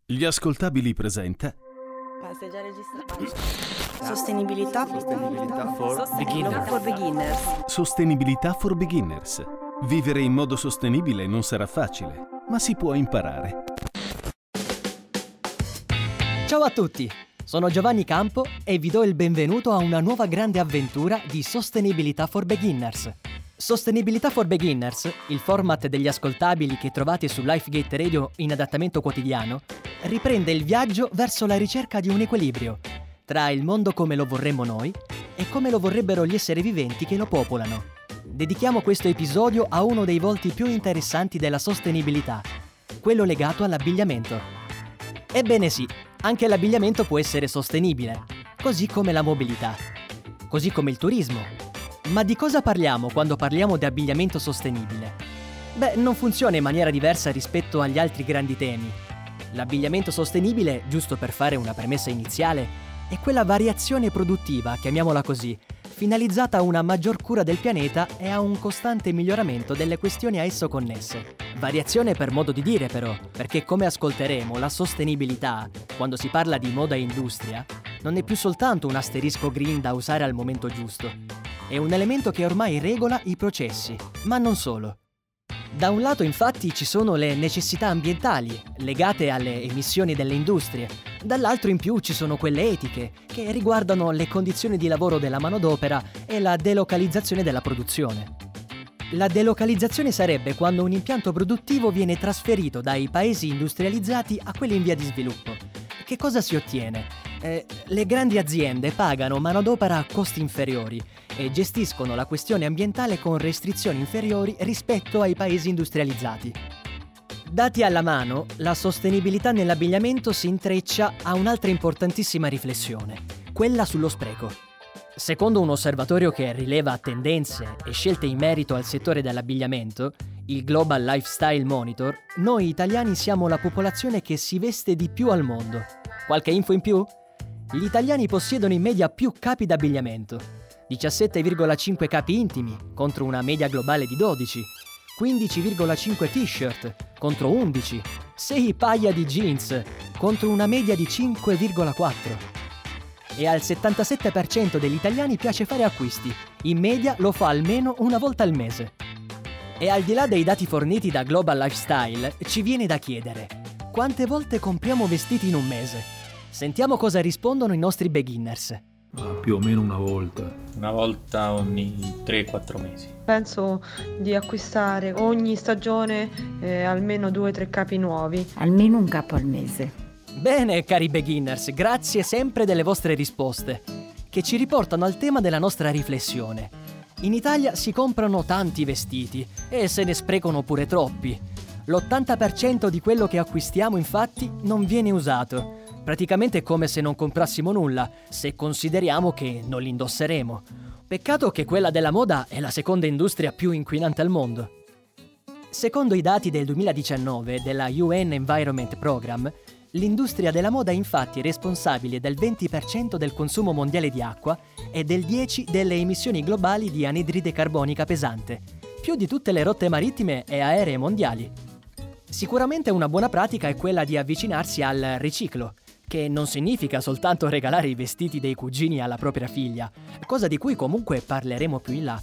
Gli ascoltabili presenta Sei già registrato? Sostenibilità for beginners. Sostenibilità for Beginners. Vivere in modo sostenibile non sarà facile, ma si può imparare. Ciao a tutti, sono Giovanni Campo e vi do il benvenuto a una nuova grande avventura di Sostenibilità for Beginners. Sostenibilità for Beginners, il format degli ascoltabili che trovate su Lifegate Radio in adattamento quotidiano, riprende il viaggio verso la ricerca di un equilibrio tra il mondo come lo vorremmo noi e come lo vorrebbero gli esseri viventi che lo popolano. Dedichiamo questo episodio a uno dei volti più interessanti della sostenibilità, quello legato all'abbigliamento. Ebbene sì, anche l'abbigliamento può essere sostenibile, così come la mobilità, così come il turismo. Ma di cosa parliamo quando parliamo di abbigliamento sostenibile? Beh, non funziona in maniera diversa rispetto agli altri grandi temi. L'abbigliamento sostenibile, giusto per fare una premessa iniziale, è quella variazione produttiva, chiamiamola così, finalizzata a una maggior cura del pianeta e a un costante miglioramento delle questioni a esso connesse. Variazione per modo di dire però, perché come ascolteremo, la sostenibilità, quando si parla di moda e industria, non è più soltanto un asterisco green da usare al momento giusto. È un elemento che ormai regola i processi, ma non solo. Da un lato infatti ci sono le necessità ambientali, legate alle emissioni delle industrie, dall'altro in più ci sono quelle etiche, che riguardano le condizioni di lavoro della manodopera e la delocalizzazione della produzione. La delocalizzazione sarebbe quando un impianto produttivo viene trasferito dai paesi industrializzati a quelli in via di sviluppo. Che cosa si ottiene? Le grandi aziende pagano manodopera a costi inferiori e gestiscono la questione ambientale con restrizioni inferiori rispetto ai paesi industrializzati. Dati alla mano, la sostenibilità nell'abbigliamento si intreccia a un'altra importantissima riflessione, quella sullo spreco. Secondo un osservatorio che rileva tendenze e scelte in merito al settore dell'abbigliamento, il Global Lifestyle Monitor, noi italiani siamo la popolazione che si veste di più al mondo. Qualche info in più? Gli italiani possiedono in media più capi d'abbigliamento, 17,5 capi intimi contro una media globale di 12, 15,5 t-shirt contro 11, 6 paia di jeans contro una media di 5,4. E al 77% degli italiani piace fare acquisti, in media lo fa almeno una volta al mese. E al di là dei dati forniti da Global Lifestyle, ci viene da chiedere: quante volte compriamo vestiti in un mese? Sentiamo cosa rispondono i nostri beginners. Più o meno una volta. Una volta ogni 3-4 mesi. Penso di acquistare ogni stagione almeno 2-3 capi nuovi. Almeno un capo al mese. Bene, cari beginners, grazie sempre delle vostre risposte, che ci riportano al tema della nostra riflessione. In Italia si comprano tanti vestiti e se ne sprecano pure troppi. L'80% di quello che acquistiamo, infatti, non viene usato. Praticamente è come se non comprassimo nulla, se consideriamo che non li indosseremo. Peccato che quella della moda è la seconda industria più inquinante al mondo. Secondo i dati del 2019 della UN Environment Programme, l'industria della moda è infatti responsabile del 20% del consumo mondiale di acqua e del 10% delle emissioni globali di anidride carbonica pesante, più di tutte le rotte marittime e aeree mondiali. Sicuramente una buona pratica è quella di avvicinarsi al riciclo, che non significa soltanto regalare i vestiti dei cugini alla propria figlia, cosa di cui comunque parleremo più in là.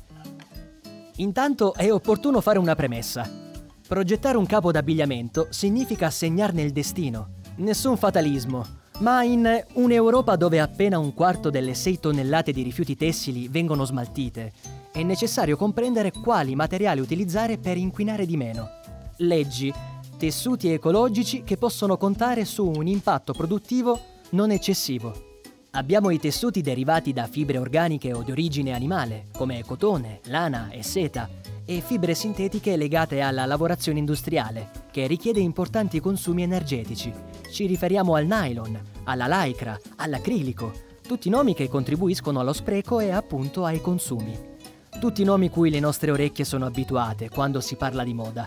Intanto è opportuno fare una premessa. Progettare un capo d'abbigliamento significa segnarne il destino. Nessun fatalismo, ma in un'Europa dove appena un quarto delle 6 tonnellate di rifiuti tessili vengono smaltite, è necessario comprendere quali materiali utilizzare per inquinare di meno. Leggi, tessuti ecologici che possono contare su un impatto produttivo non eccessivo. Abbiamo i tessuti derivati da fibre organiche o di origine animale, come cotone, lana e seta, e fibre sintetiche legate alla lavorazione industriale, che richiede importanti consumi energetici. Ci riferiamo al nylon, alla lycra, all'acrilico, tutti nomi che contribuiscono allo spreco e appunto ai consumi. Tutti nomi cui le nostre orecchie sono abituate quando si parla di moda.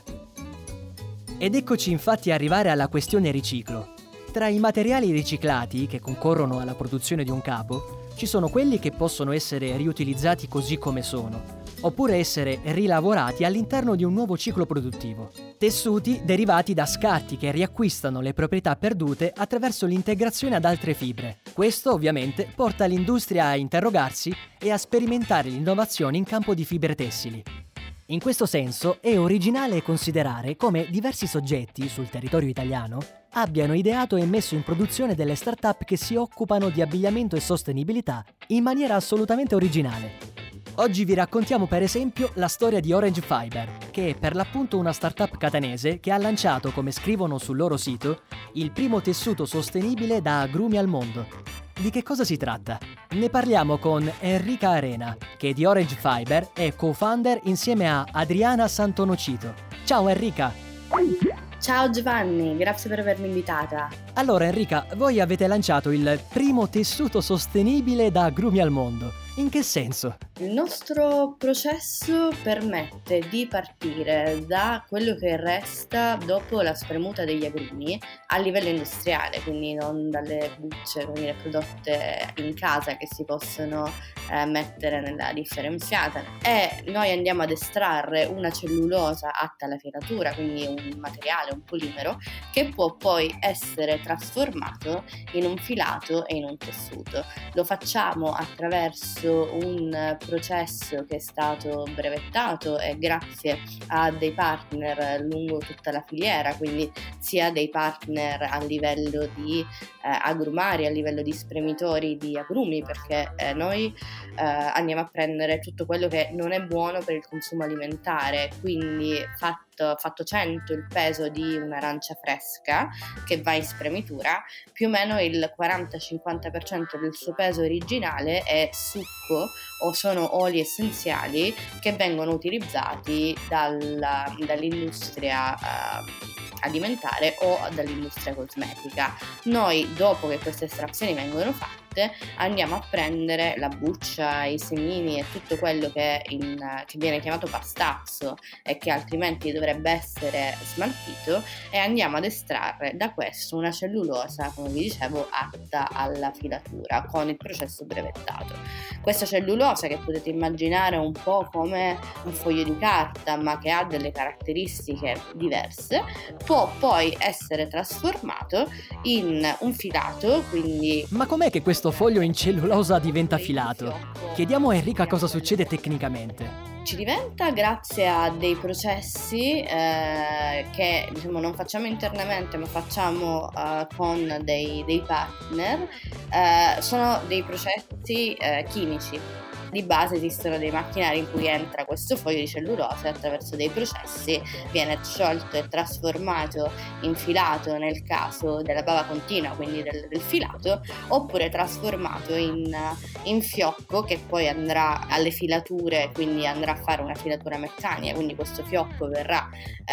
Ed eccoci infatti arrivare alla questione riciclo. Tra i materiali riciclati che concorrono alla produzione di un capo, ci sono quelli che possono essere riutilizzati così come sono, oppure essere rilavorati all'interno di un nuovo ciclo produttivo. Tessuti derivati da scarti che riacquistano le proprietà perdute attraverso l'integrazione ad altre fibre. Questo ovviamente porta l'industria a interrogarsi e a sperimentare l'innovazione in campo di fibre tessili. In questo senso è originale considerare come diversi soggetti sul territorio italiano abbiano ideato e messo in produzione delle start-up che si occupano di abbigliamento e sostenibilità in maniera assolutamente originale. Oggi vi raccontiamo per esempio la storia di Orange Fiber, che è per l'appunto una startup catanese che ha lanciato, come scrivono sul loro sito, il primo tessuto sostenibile da agrumi al mondo. Di che cosa si tratta? Ne parliamo con Enrica Arena, che di Orange Fiber è co-founder insieme a Adriana Santonocito. Ciao Enrica! Ciao Giovanni, grazie per avermi invitata. Allora Enrica, voi avete lanciato il primo tessuto sostenibile da agrumi al mondo. In che senso? Il nostro processo permette di partire da quello che resta dopo la spremuta degli agrumi a livello industriale, quindi non dalle bucce, quindi le prodotte in casa che si possono mettere nella differenziata, e noi andiamo ad estrarre una cellulosa atta alla filatura, quindi un materiale, un polimero, che può poi essere trasformato in un filato e in un tessuto. Lo facciamo attraverso un processo che è stato brevettato e grazie a dei partner lungo tutta la filiera, quindi sia dei partner a livello di agrumari, a livello di spremitori di agrumi, perché noi andiamo a prendere tutto quello che non è buono per il consumo alimentare, quindi fatto 100 il peso di un'arancia fresca che va in spremitura, più o meno il 40-50% del suo peso originale è succo o sono oli essenziali che vengono utilizzati dall'industria alimentare o dall'industria cosmetica. Noi, dopo che queste estrazioni vengono fatte, andiamo a prendere la buccia, i semini e tutto quello che viene chiamato pastazzo e che altrimenti dovrebbe essere smaltito, e andiamo ad estrarre da questo una cellulosa, come vi dicevo, atta alla filatura con il processo brevettato. Questa cellulosa, che potete immaginare un po' come un foglio di carta ma che ha delle caratteristiche diverse, può poi essere trasformato in un filato, quindi... Ma com'è che questo foglio in cellulosa diventa filato? Chiediamo a Enrica cosa succede tecnicamente. Ci diventa grazie a dei processi che non facciamo internamente ma facciamo con dei partner. Sono dei processi chimici. Di base esistono dei macchinari in cui entra questo foglio di cellulosa e attraverso dei processi viene sciolto e trasformato in filato nel caso della bava continua, quindi del filato, oppure trasformato in fiocco che poi andrà alle filature, quindi andrà a fare una filatura meccanica, quindi questo fiocco verrà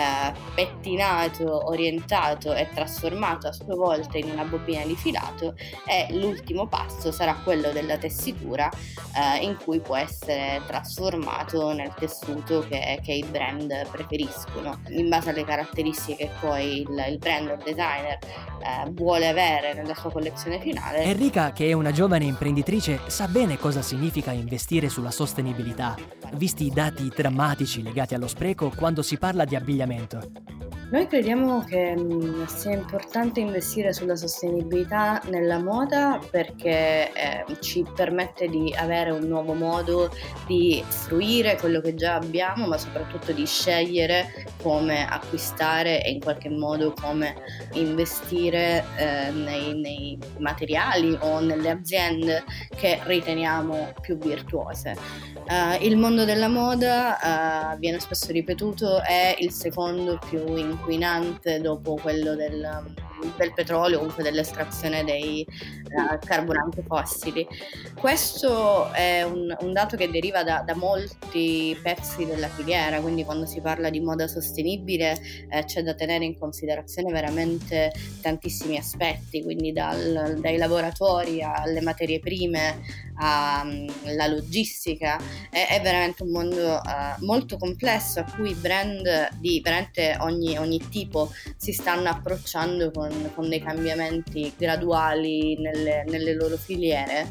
pettinato, orientato e trasformato a sua volta in una bobina di filato, e l'ultimo passo sarà quello della tessitura in cui può essere trasformato nel tessuto che i brand preferiscono in base alle caratteristiche che poi il brand o il designer vuole avere nella sua collezione finale. Enrica, che è una giovane imprenditrice, sa bene cosa significa investire sulla sostenibilità, visti i dati drammatici legati allo spreco quando si parla di abbigliamento. Noi crediamo che sia importante investire sulla sostenibilità nella moda perché ci permette di avere un nuovo modo di fruire quello che già abbiamo, ma soprattutto di scegliere come acquistare e in qualche modo come investire nei materiali o nelle aziende che riteniamo più virtuose. Il mondo della moda, viene spesso ripetuto, è il secondo più inquinante dopo quello del petrolio, comunque dell'estrazione dei carburanti fossili. Questo è un dato che deriva da molti pezzi della filiera, quindi quando si parla di moda sostenibile c'è da tenere in considerazione veramente tantissimi aspetti, quindi dai lavoratori alle materie prime alla logistica. È veramente un mondo molto complesso a cui brand di veramente ogni tipo si stanno approcciando con dei cambiamenti graduali nelle loro filiere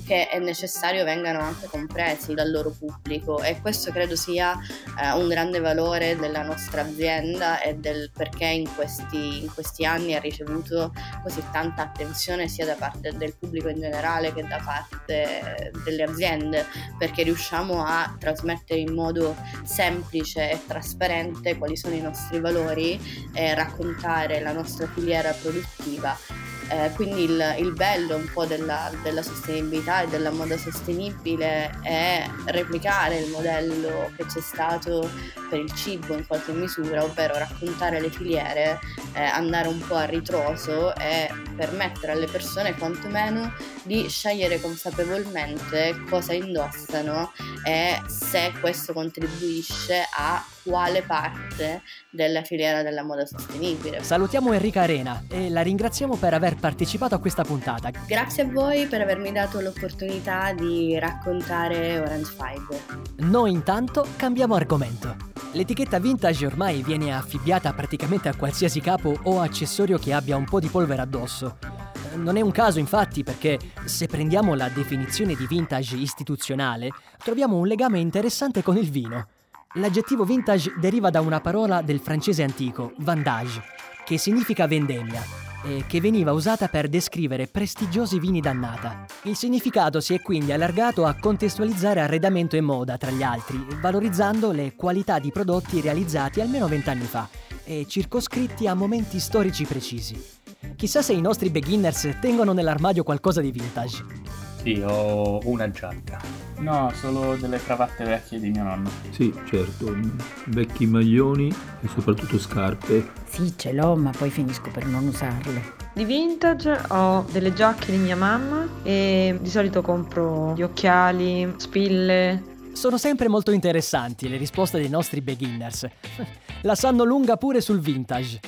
che è necessario vengano anche compresi dal loro pubblico, e questo credo sia un grande valore della nostra azienda e del perché in questi anni ha ricevuto così tanta attenzione sia da parte del pubblico in generale che da parte delle aziende, perché riusciamo a trasmettere in modo semplice e trasparente quali sono i nostri valori e raccontare la nostra filiera produttiva. Quindi il bello un po' della sostenibilità e della moda sostenibile è replicare il modello che c'è stato per il cibo in qualche misura, ovvero raccontare le filiere, andare un po' a ritroso e permettere alle persone quantomeno di scegliere consapevolmente cosa indossano e se questo contribuisce a quale parte della filiera della moda sostenibile. Salutiamo Enrica Arena e la ringraziamo per aver partecipato a questa puntata. Grazie a voi per avermi dato l'opportunità di raccontare Orange Fiber. Noi intanto cambiamo argomento. L'etichetta vintage ormai viene affibbiata praticamente a qualsiasi capo o accessorio che abbia un po' di polvere addosso. Non è un caso infatti, perché se prendiamo la definizione di vintage istituzionale troviamo un legame interessante con il vino. L'aggettivo vintage deriva da una parola del francese antico, vendage, che significa vendemmia, e che veniva usata per descrivere prestigiosi vini d'annata. Il significato si è quindi allargato a contestualizzare arredamento e moda, tra gli altri, valorizzando le qualità di prodotti realizzati almeno 20 anni fa e circoscritti a momenti storici precisi. Chissà se i nostri beginners tengono nell'armadio qualcosa di vintage. Sì, ho una giacca. No, solo delle cravatte vecchie di mio nonno. Sì, certo, vecchi maglioni e soprattutto scarpe. Sì, ce l'ho, ma poi finisco per non usarle. Di vintage ho delle giacche di mia mamma e di solito compro gli occhiali, spille. Sono sempre molto interessanti le risposte dei nostri beginners. La sanno lunga pure sul vintage.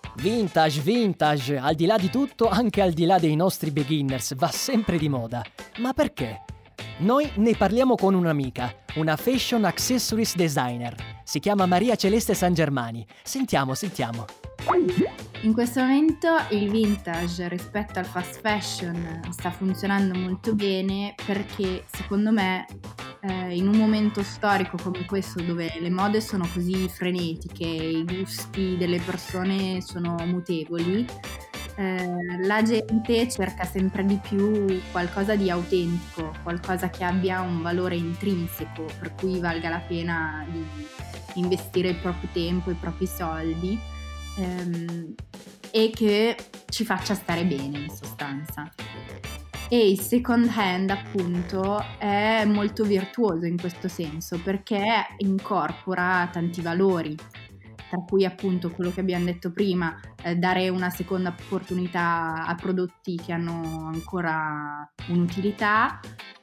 Vintage, al di là di tutto, anche al di là dei nostri beginners, va sempre di moda. Ma perché? Noi ne parliamo con un'amica, una fashion accessories designer. Si chiama Maria Celeste San Germani. Sentiamo. In questo momento il vintage rispetto al fast fashion sta funzionando molto bene perché secondo me in un momento storico come questo, dove le mode sono così frenetiche, i gusti delle persone sono mutevoli, la gente cerca sempre di più qualcosa di autentico, qualcosa che abbia un valore intrinseco, per cui valga la pena di investire il proprio tempo, i propri soldi, e che ci faccia stare bene, in sostanza. E il second hand appunto è molto virtuoso in questo senso, perché incorpora tanti valori, tra cui appunto quello che abbiamo detto prima, dare una seconda opportunità a prodotti che hanno ancora un'utilità,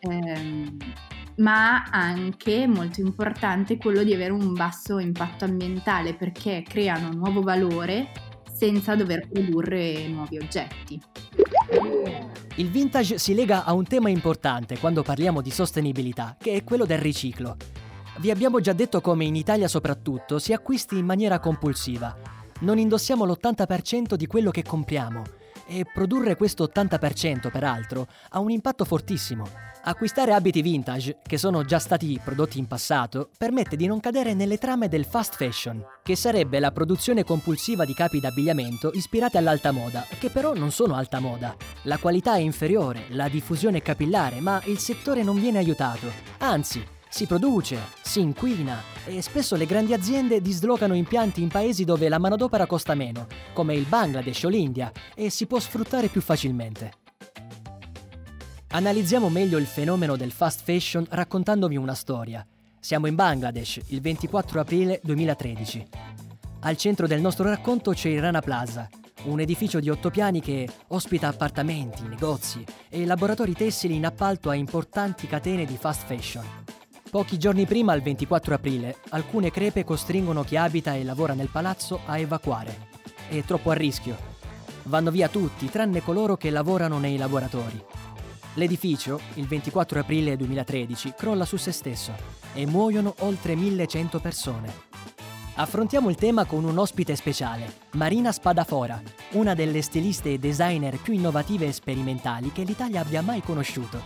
ma anche molto importante quello di avere un basso impatto ambientale, perché creano nuovo valore senza dover produrre nuovi oggetti. Il vintage si lega a un tema importante quando parliamo di sostenibilità, che è quello del riciclo. Vi abbiamo già detto come in Italia soprattutto si acquisti in maniera compulsiva. Non indossiamo l'80% di quello che compriamo e produrre questo 80% peraltro ha un impatto fortissimo. Acquistare abiti vintage, che sono già stati prodotti in passato, permette di non cadere nelle trame del fast fashion, che sarebbe la produzione compulsiva di capi d'abbigliamento ispirati all'alta moda, che però non sono alta moda. La qualità è inferiore, la diffusione è capillare, ma il settore non viene aiutato. Anzi, si produce, si inquina e spesso le grandi aziende dislocano impianti in paesi dove la manodopera costa meno, come il Bangladesh o l'India, e si può sfruttare più facilmente. Analizziamo meglio il fenomeno del fast fashion raccontandovi una storia. Siamo in Bangladesh, il 24 aprile 2013. Al centro del nostro racconto c'è il Rana Plaza, un edificio di 8 piani che ospita appartamenti, negozi e laboratori tessili in appalto a importanti catene di fast fashion. Pochi giorni prima, il 24 aprile, alcune crepe costringono chi abita e lavora nel palazzo a evacuare. È troppo a rischio. Vanno via tutti, tranne coloro che lavorano nei laboratori. L'edificio, il 24 aprile 2013, crolla su se stesso e muoiono oltre 1100 persone. Affrontiamo il tema con un ospite speciale, Marina Spadafora, una delle stiliste e designer più innovative e sperimentali che l'Italia abbia mai conosciuto.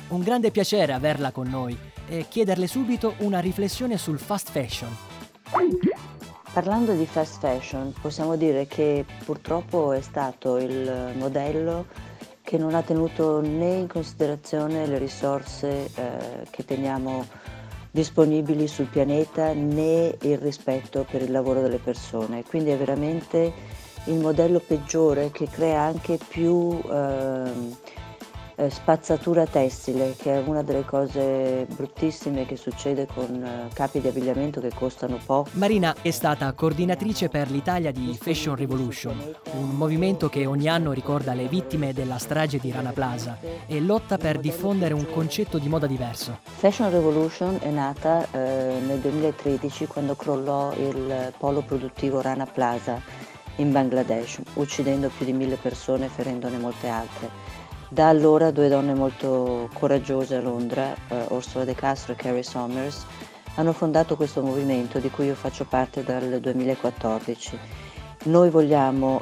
Un grande piacere averla con noi e chiederle subito una riflessione sul fast fashion. Parlando di fast fashion, possiamo dire che purtroppo è stato il modello che non ha tenuto né in considerazione le risorse che teniamo disponibili sul pianeta, né il rispetto per il lavoro delle persone. Quindi è veramente il modello peggiore, che crea anche più spazzatura tessile, che è una delle cose bruttissime che succede con capi di abbigliamento che costano poco. Marina è stata coordinatrice per l'Italia di Fashion Revolution, un movimento che ogni anno ricorda le vittime della strage di Rana Plaza e lotta per diffondere un concetto di moda diverso. Fashion Revolution è nata nel 2013, quando crollò il polo produttivo Rana Plaza in Bangladesh, uccidendo più di 1000 persone e ferendone molte altre. Da allora 2 donne molto coraggiose a Londra, Ursula De Castro e Carrie Sommers, hanno fondato questo movimento di cui io faccio parte dal 2014. Noi vogliamo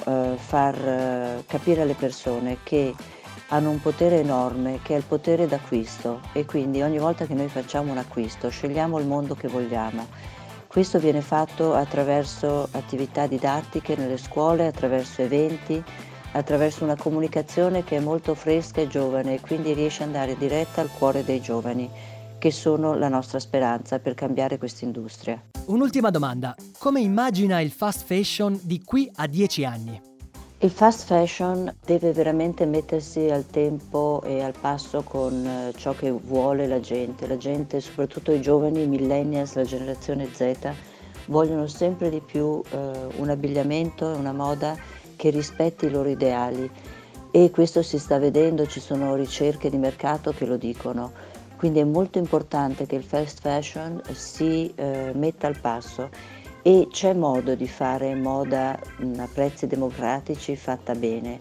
far capire alle persone che hanno un potere enorme, che è il potere d'acquisto, e quindi ogni volta che noi facciamo un acquisto scegliamo il mondo che vogliamo. Questo viene fatto attraverso attività didattiche nelle scuole, attraverso eventi, attraverso una comunicazione che è molto fresca e giovane, e quindi riesce ad andare diretta al cuore dei giovani, che sono la nostra speranza per cambiare questa industria. Un'ultima domanda: come immagina il fast fashion di qui a 10 anni? Il fast fashion deve veramente mettersi al tempo e al passo con ciò che vuole la gente, soprattutto i giovani, i millennials, la generazione Z, vogliono sempre di più un abbigliamento e una moda che rispetti i loro ideali, e questo si sta vedendo, ci sono ricerche di mercato che lo dicono. Quindi è molto importante che il fast fashion si metta al passo, e c'è modo di fare moda a prezzi democratici fatta bene.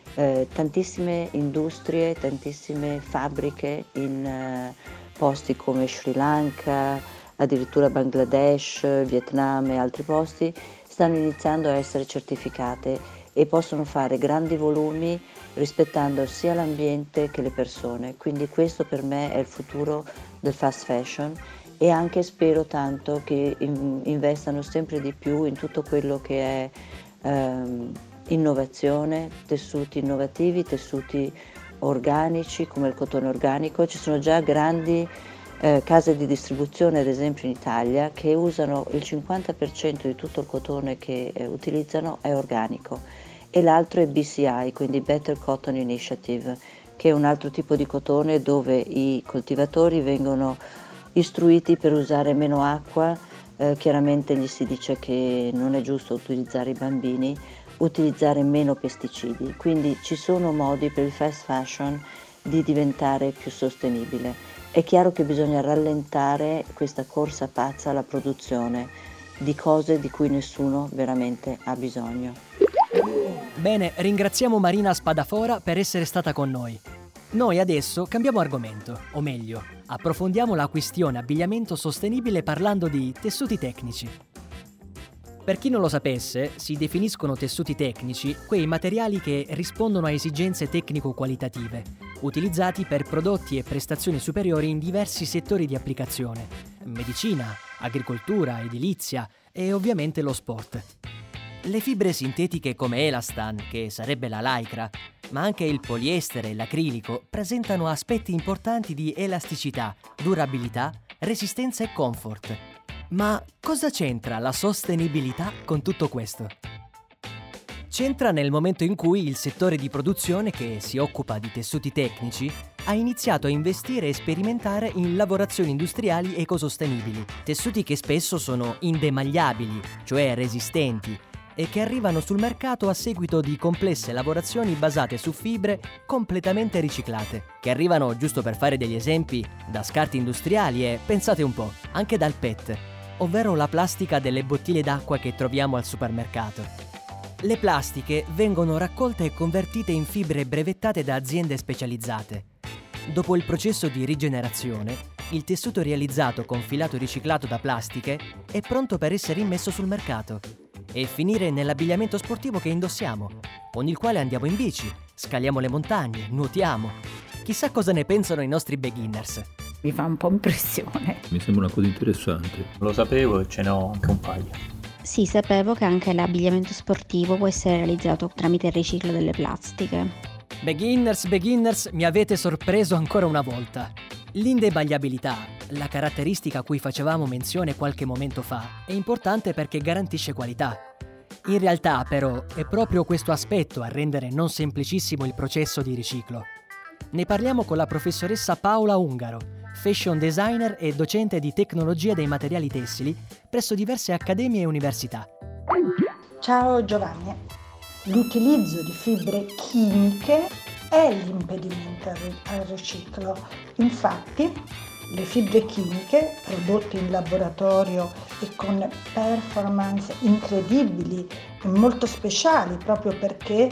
Tantissime industrie, tantissime fabbriche in posti come Sri Lanka, addirittura Bangladesh, Vietnam e altri posti stanno iniziando a essere certificate e possono fare grandi volumi rispettando sia l'ambiente che le persone. Quindi questo per me è il futuro del fast fashion, e anche spero tanto che investano sempre di più in tutto quello che è innovazione, tessuti innovativi, tessuti organici come il cotone organico. Ci sono già grandi case di distribuzione, ad esempio in Italia, che usano il 50% di tutto il cotone che utilizzano è organico, e l'altro è BCI, quindi Better Cotton Initiative, che è un altro tipo di cotone dove i coltivatori vengono istruiti per usare meno acqua. Chiaramente gli si dice che non è giusto utilizzare i bambini, utilizzare meno pesticidi, quindi ci sono modi per il fast fashion di diventare più sostenibile. È chiaro che bisogna rallentare questa corsa pazza alla produzione di cose di cui nessuno veramente ha bisogno. Bene, ringraziamo Marina Spadafora per essere stata con noi. Noi adesso cambiamo argomento, o meglio, approfondiamo la questione abbigliamento sostenibile parlando di tessuti tecnici. Per chi non lo sapesse, si definiscono tessuti tecnici quei materiali che rispondono a esigenze tecnico-qualitative, utilizzati per prodotti e prestazioni superiori in diversi settori di applicazione: medicina, agricoltura, edilizia e ovviamente lo sport. Le fibre sintetiche come Elastan, che sarebbe la lycra, ma anche il poliestere e l'acrilico presentano aspetti importanti di elasticità, durabilità, resistenza e comfort. Ma cosa c'entra la sostenibilità con tutto questo? C'entra nel momento in cui il settore di produzione che si occupa di tessuti tecnici ha iniziato a investire e sperimentare in lavorazioni industriali ecosostenibili, tessuti che spesso sono indemagliabili, cioè resistenti, e che arrivano sul mercato a seguito di complesse lavorazioni basate su fibre completamente riciclate, che arrivano, giusto per fare degli esempi, da scarti industriali e, pensate un po', anche dal PET, ovvero la plastica delle bottiglie d'acqua che troviamo al supermercato. Le plastiche vengono raccolte e convertite in fibre brevettate da aziende specializzate. Dopo il processo di rigenerazione, il tessuto realizzato con filato riciclato da plastiche è pronto per essere immesso sul mercato e finire nell'abbigliamento sportivo che indossiamo, con il quale andiamo in bici, scaliamo le montagne, nuotiamo. Chissà cosa ne pensano i nostri beginners. Mi fa un po' impressione. Mi sembra una cosa interessante. Lo sapevo e ce ne ho anche un paio. Sì, sapevo che anche l'abbigliamento sportivo può essere realizzato tramite il riciclo delle plastiche. Beginners, mi avete sorpreso ancora una volta. L'indebagliabilità, la caratteristica a cui facevamo menzione qualche momento fa, è importante perché garantisce qualità. In realtà, però, è proprio questo aspetto a rendere non semplicissimo il processo di riciclo. Ne parliamo con la professoressa Paola Ungaro, fashion designer e docente di tecnologia dei materiali tessili presso diverse accademie e università. Ciao Giovanni. L'utilizzo di fibre chimiche è l'impedimento al riciclo. Infatti, le fibre chimiche prodotte in laboratorio e con performance incredibili e molto speciali, proprio perché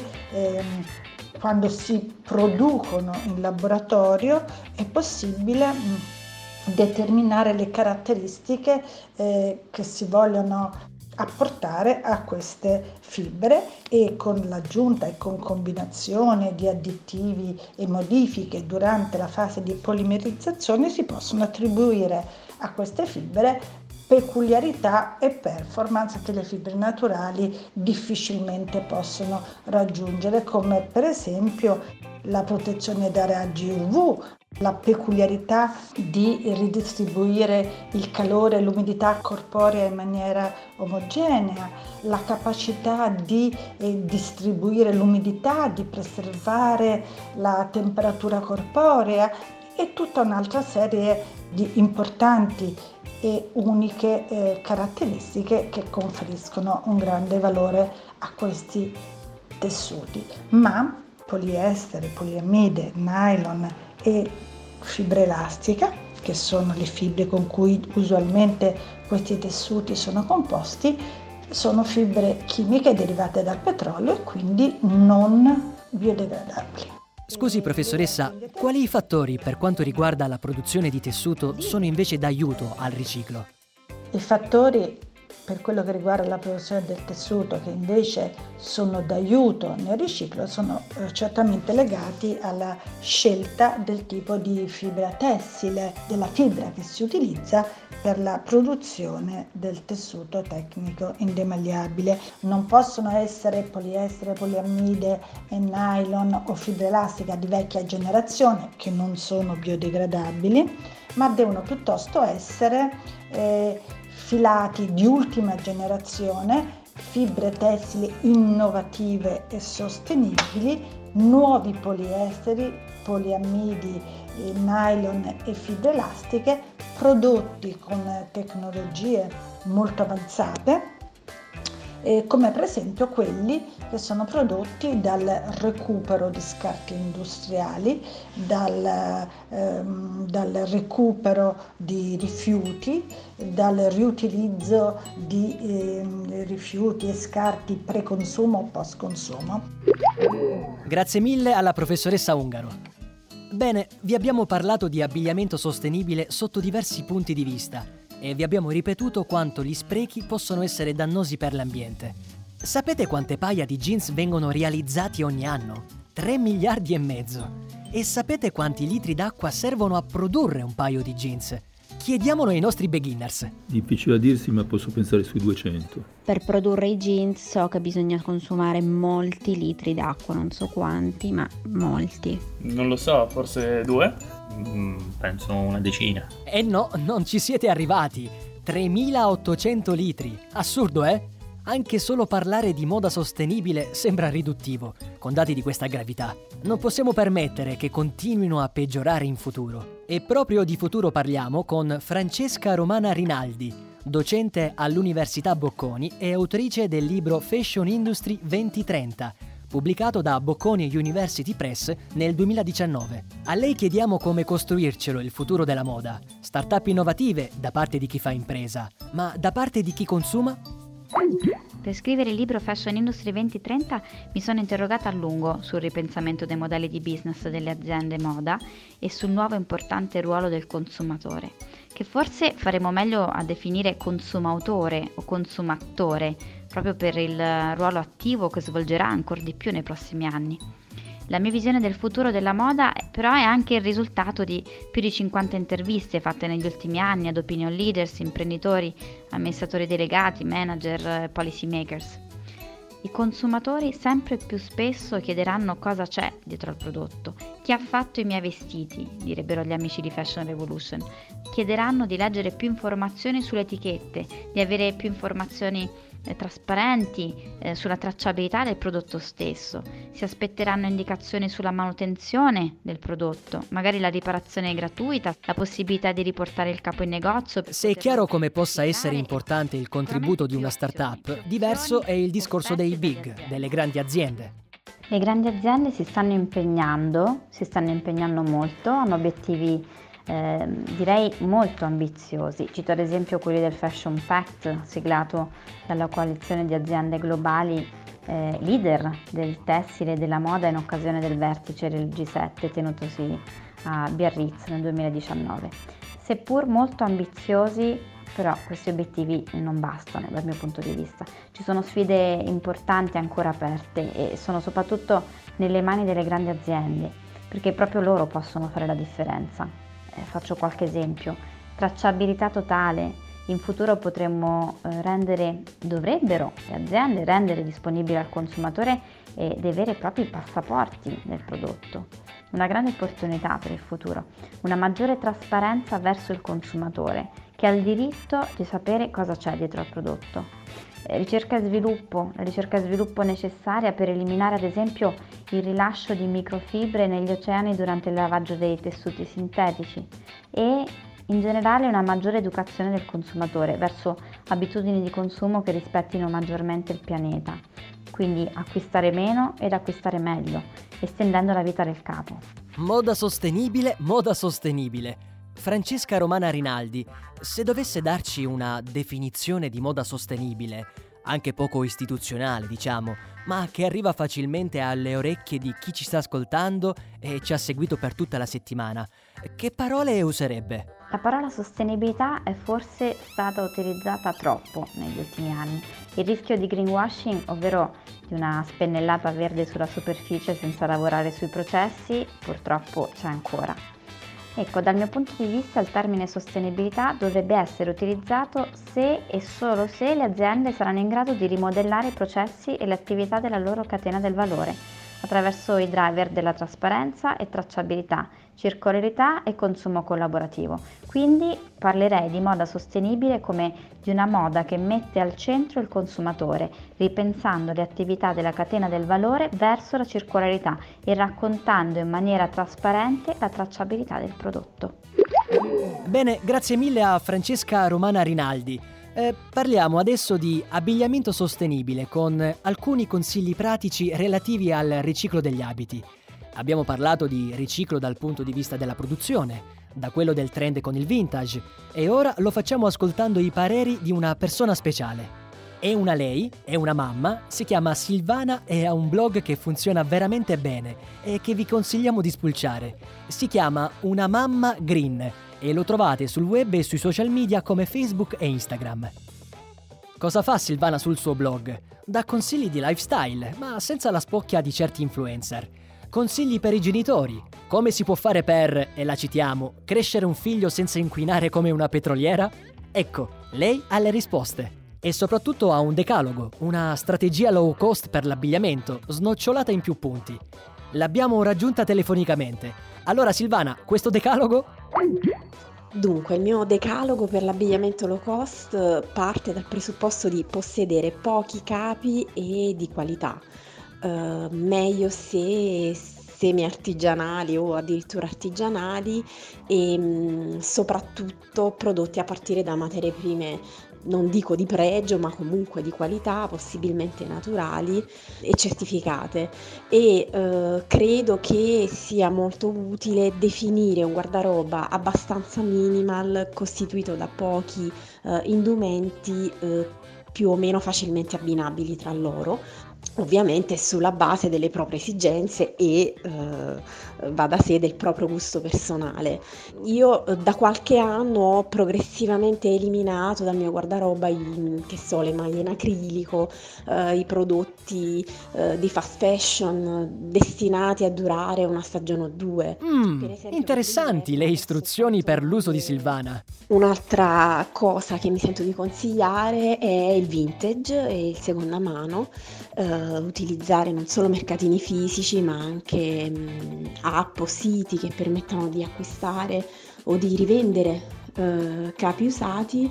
quando si producono in laboratorio è possibile determinare le caratteristiche che si vogliono apportare a queste fibre, e con l'aggiunta e con combinazione di additivi e modifiche durante la fase di polimerizzazione si possono attribuire a queste fibre peculiarità e performance che le fibre naturali difficilmente possono raggiungere, come per esempio la protezione da raggi UV, la peculiarità di ridistribuire il calore e l'umidità corporea in maniera omogenea, la capacità di distribuire l'umidità, di preservare la temperatura corporea e tutta un'altra serie di importanti e uniche caratteristiche che conferiscono un grande valore a questi tessuti. Ma poliestere, poliamide, nylon e fibra elastica, che sono le fibre con cui usualmente questi tessuti sono composti, sono fibre chimiche derivate dal petrolio e quindi non biodegradabili. Scusi professoressa, quali fattori per quanto riguarda la produzione di tessuto sono invece d'aiuto al riciclo? I fattori per quello che riguarda la produzione del tessuto, che invece sono d'aiuto nel riciclo, sono certamente legati alla scelta del tipo di fibra tessile, della fibra che si utilizza per la produzione del tessuto tecnico indemagliabile. Non possono essere poliestere, poliamide e nylon o fibra elastica di vecchia generazione, che non sono biodegradabili, ma devono piuttosto essere filati di ultima generazione, fibre tessili innovative e sostenibili, nuovi poliesteri, poliamidi, nylon e fibre elastiche prodotti con tecnologie molto avanzate, come per esempio quelli che sono prodotti dal recupero di scarti industriali, dal recupero di rifiuti, dal riutilizzo di rifiuti e scarti pre-consumo o post-consumo. Grazie mille alla professoressa Ungaro. Bene, vi abbiamo parlato di abbigliamento sostenibile sotto diversi punti di vista e vi abbiamo ripetuto quanto gli sprechi possono essere dannosi per l'ambiente. Sapete quante paia di jeans vengono realizzati ogni anno? 3 miliardi e mezzo. E sapete quanti litri d'acqua servono a produrre un paio di jeans? Chiediamolo ai nostri beginners. Difficile a dirsi, ma posso pensare sui 200. Per produrre i jeans so che bisogna consumare molti litri d'acqua, non so quanti, ma molti. Non lo so, forse 2? Penso una decina. No, non ci siete arrivati. 3.800 litri. Assurdo, eh? Anche solo parlare di moda sostenibile sembra riduttivo, con dati di questa gravità. Non possiamo permettere che continuino a peggiorare in futuro. E proprio di futuro parliamo con Francesca Romana Rinaldi, docente all'Università Bocconi e autrice del libro Fashion Industry 2030, pubblicato da Bocconi University Press nel 2019. A lei chiediamo come costruircelo il futuro della moda. Startup innovative da parte di chi fa impresa, ma da parte di chi consuma? Per scrivere il libro Fashion Industry 2030 mi sono interrogata a lungo sul ripensamento dei modelli di business delle aziende moda e sul nuovo importante ruolo del consumatore, che forse faremo meglio a definire consumautore o consumatore, proprio per il ruolo attivo che svolgerà ancora di più nei prossimi anni. La mia visione del futuro della moda però è anche il risultato di più di 50 interviste fatte negli ultimi anni ad opinion leaders, imprenditori, amministratori delegati, manager, policy makers. I consumatori sempre più spesso chiederanno cosa c'è dietro al prodotto, chi ha fatto i miei vestiti, direbbero gli amici di Fashion Revolution. Chiederanno di leggere più informazioni sulle etichette, di avere più informazioni trasparenti sulla tracciabilità del prodotto stesso. Si aspetteranno indicazioni sulla manutenzione del prodotto, magari la riparazione gratuita, la possibilità di riportare il capo in negozio. Se è chiaro come possa essere importante il contributo di una startup, diverso è il discorso dei big, delle grandi aziende. Le grandi aziende si stanno impegnando molto, hanno obiettivi direi molto ambiziosi. Cito ad esempio quelli del Fashion Pact, siglato dalla coalizione di aziende globali leader del tessile e della moda in occasione del vertice del G7 tenutosi a Biarritz nel 2019. Seppur molto ambiziosi, però questi obiettivi non bastano dal mio punto di vista. Ci sono sfide importanti ancora aperte e sono soprattutto nelle mani delle grandi aziende, perché proprio loro possono fare la differenza. Faccio qualche esempio: tracciabilità totale. In futuro dovrebbero le aziende rendere disponibile al consumatore dei veri e propri passaporti del prodotto. Una grande opportunità per il futuro, una maggiore trasparenza verso il consumatore che ha il diritto di sapere cosa c'è dietro al prodotto. La ricerca e sviluppo necessaria per eliminare ad esempio il rilascio di microfibre negli oceani durante il lavaggio dei tessuti sintetici e in generale una maggiore educazione del consumatore verso abitudini di consumo che rispettino maggiormente il pianeta, quindi acquistare meno ed acquistare meglio, estendendo la vita del capo. Moda sostenibile, moda sostenibile. Francesca Romana Rinaldi, se dovesse darci una definizione di moda sostenibile, anche poco istituzionale diciamo, ma che arriva facilmente alle orecchie di chi ci sta ascoltando e ci ha seguito per tutta la settimana, che parole userebbe? La parola sostenibilità è forse stata utilizzata troppo negli ultimi anni. Il rischio di greenwashing, ovvero di una spennellata verde sulla superficie senza lavorare sui processi, purtroppo c'è ancora. Ecco, dal mio punto di vista il termine sostenibilità dovrebbe essere utilizzato se e solo se le aziende saranno in grado di rimodellare i processi e le attività della loro catena del valore attraverso i driver della trasparenza e tracciabilità, circolarità e consumo collaborativo. Quindi parlerei di moda sostenibile come di una moda che mette al centro il consumatore, ripensando le attività della catena del valore verso la circolarità e raccontando in maniera trasparente la tracciabilità del prodotto. Bene, grazie mille a Francesca Romana Rinaldi. Parliamo adesso di abbigliamento sostenibile con alcuni consigli pratici relativi al riciclo degli abiti. Abbiamo parlato di riciclo dal punto di vista della produzione, da quello del trend con il vintage, e ora lo facciamo ascoltando i pareri di una persona speciale. È una mamma, si chiama Silvana e ha un blog che funziona veramente bene e che vi consigliamo di spulciare. Si chiama Una Mamma Green e lo trovate sul web e sui social media come Facebook e Instagram. Cosa fa Silvana sul suo blog? Dà consigli di lifestyle, ma senza la spocchia di certi influencer. Consigli per i genitori. Come si può fare per, e la citiamo, crescere un figlio senza inquinare come una petroliera? Ecco, lei ha le risposte. E soprattutto ha un decalogo, una strategia low cost per l'abbigliamento, snocciolata in più punti. L'abbiamo raggiunta telefonicamente. Allora Silvana, questo decalogo? Dunque, il mio decalogo per l'abbigliamento low cost parte dal presupposto di possedere pochi capi e di qualità. Meglio se semi-artigianali o addirittura artigianali e soprattutto prodotti a partire da materie prime, non dico di pregio, ma comunque di qualità, possibilmente naturali e certificate. E credo che sia molto utile definire un guardaroba abbastanza minimal, costituito da pochi indumenti più o meno facilmente abbinabili tra loro, ovviamente sulla base delle proprie esigenze e va da sé del proprio gusto personale. Io da qualche anno ho progressivamente eliminato dal mio guardaroba le maglie in acrilico, i prodotti di fast fashion destinati a durare una stagione o due. Interessanti le istruzioni per l'uso di Silvana. Un'altra cosa che mi sento di consigliare è il vintage e il seconda mano, utilizzare non solo mercatini fisici ma anche app o siti che permettano di acquistare o di rivendere capi usati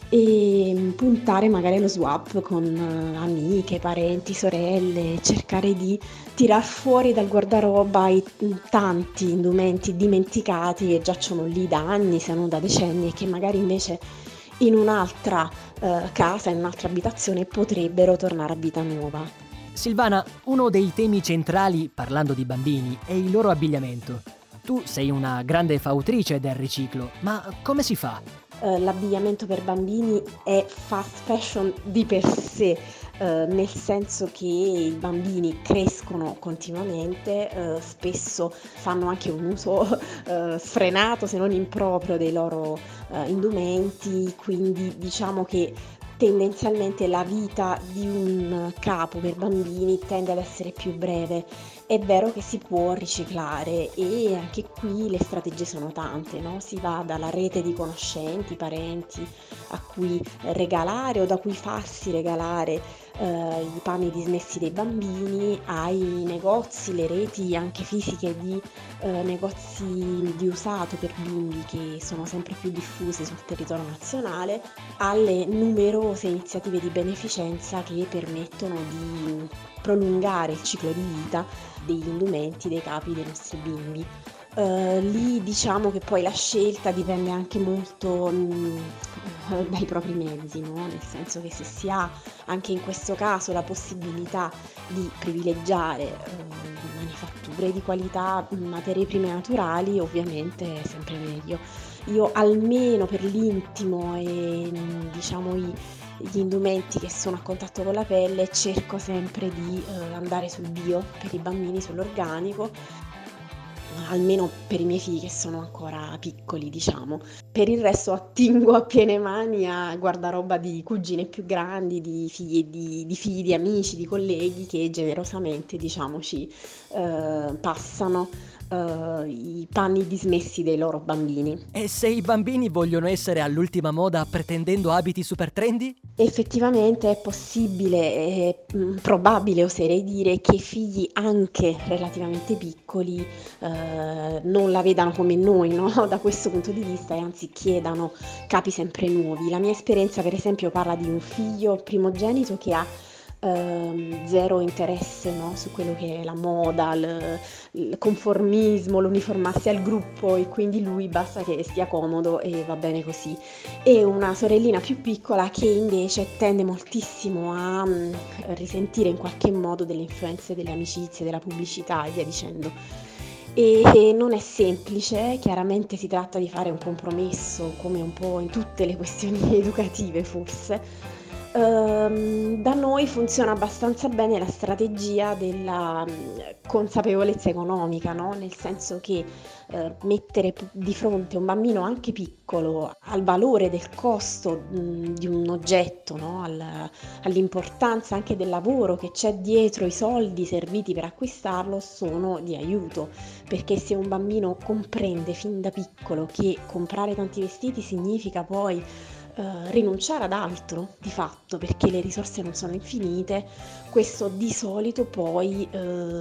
e puntare magari allo swap con amiche, parenti, sorelle, cercare di tirar fuori dal guardaroba i tanti indumenti dimenticati che giacciono lì da anni, se non da decenni, e che magari invece in un'altra casa, in un'altra abitazione potrebbero tornare a vita nuova. Silvana, uno dei temi centrali parlando di bambini è il loro abbigliamento. Tu sei una grande fautrice del riciclo, ma come si fa? L'abbigliamento per bambini è fast fashion di per sé, nel senso che i bambini crescono continuamente, spesso fanno anche un uso sfrenato se non improprio dei loro indumenti, quindi diciamo che tendenzialmente la vita di un capo per bambini tende ad essere più breve. È vero che si può riciclare e anche qui le strategie sono tante, no? Si va dalla rete di conoscenti, parenti a cui regalare o da cui farsi regalare i panni dismessi dei bambini, ai negozi, le reti anche fisiche di negozi di usato per bimbi che sono sempre più diffuse sul territorio nazionale, alle numerose iniziative di beneficenza che permettono di prolungare il ciclo di vita degli indumenti, dei capi dei nostri bimbi. Lì diciamo che poi la scelta dipende anche molto dai propri mezzi, no? Nel senso che se si ha anche in questo caso la possibilità di privilegiare manifatture di qualità, materie prime naturali, ovviamente è sempre meglio. Io almeno per l'intimo e diciamo gli indumenti che sono a contatto con la pelle cerco sempre di andare sul bio per i bambini, sull'organico, almeno per i miei figli che sono ancora piccoli, diciamo. Per il resto attingo a piene mani a guardaroba di cugine più grandi, di figli di amici, di colleghi che generosamente, diciamo, ci passano i panni dismessi dei loro bambini. E se i bambini vogliono essere all'ultima moda pretendendo abiti super trendy? Effettivamente è possibile e probabile, oserei dire, che figli anche relativamente piccoli non la vedano come noi, no? Da questo punto di vista, e anzi chiedano capi sempre nuovi. La mia esperienza, per esempio, parla di un figlio primogenito che ha zero interesse, no? Su quello che è la moda, il conformismo, l'uniformarsi al gruppo, e quindi lui basta che stia comodo e va bene così. E una sorellina più piccola che invece tende moltissimo a risentire in qualche modo delle influenze delle amicizie, della pubblicità e via dicendo. E non è semplice, chiaramente si tratta di fare un compromesso, come un po' in tutte le questioni educative forse. Da noi funziona abbastanza bene la strategia della consapevolezza economica, no? Nel senso che mettere di fronte un bambino anche piccolo al valore del costo di un oggetto, no? All'importanza anche del lavoro che c'è dietro i soldi serviti per acquistarlo, sono di aiuto, perché se un bambino comprende fin da piccolo che comprare tanti vestiti significa poi rinunciare ad altro di fatto, perché le risorse non sono infinite, questo di solito poi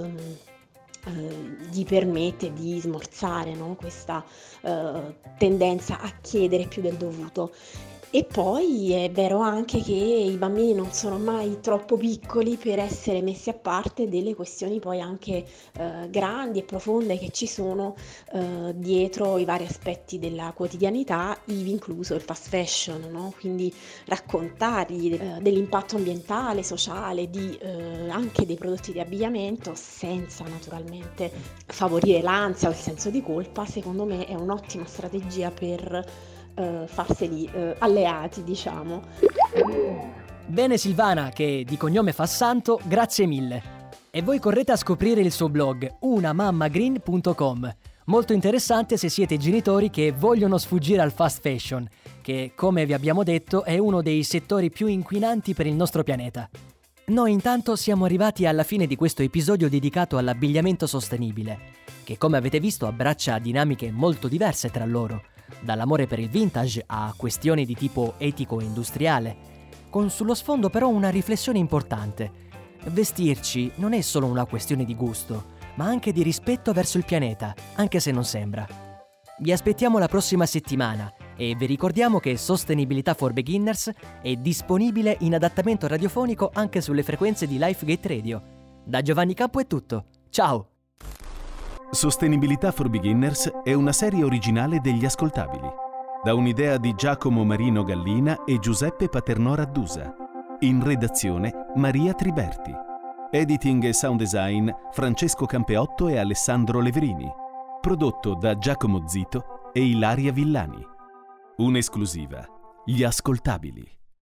gli permette di smorzare, no? Questa tendenza a chiedere più del dovuto. E poi è vero anche che i bambini non sono mai troppo piccoli per essere messi a parte delle questioni poi anche grandi e profonde che ci sono dietro i vari aspetti della quotidianità, ivi incluso il fast fashion, no? Quindi raccontargli dell'impatto ambientale, sociale, anche dei prodotti di abbigliamento, senza naturalmente favorire l'ansia o il senso di colpa, secondo me è un'ottima strategia per farseli alleati, diciamo. Bene Silvana, che di cognome fa santo, grazie mille. E voi correte a scoprire il suo blog, unamammagreen.com. Molto interessante se siete genitori che vogliono sfuggire al fast fashion, che, come vi abbiamo detto, è uno dei settori più inquinanti per il nostro pianeta. Noi intanto siamo arrivati alla fine di questo episodio dedicato all'abbigliamento sostenibile, che come avete visto abbraccia dinamiche molto diverse tra loro, dall'amore per il vintage a questioni di tipo etico e industriale, con sullo sfondo però una riflessione importante. Vestirci non è solo una questione di gusto, ma anche di rispetto verso il pianeta, anche se non sembra. Vi aspettiamo la prossima settimana e vi ricordiamo che Sostenibilità for Beginners è disponibile in adattamento radiofonico anche sulle frequenze di LifeGate Radio. Da Giovanni Campo è tutto. Ciao! Sostenibilità for Beginners è una serie originale degli Ascoltabili, da un'idea di Giacomo Marino Gallina e Giuseppe Paternò Raddusa. In redazione Maria Triberti. Editing e sound design Francesco Campeotto e Alessandro Leverini. Prodotto da Giacomo Zito e Ilaria Villani. Un'esclusiva. Gli Ascoltabili.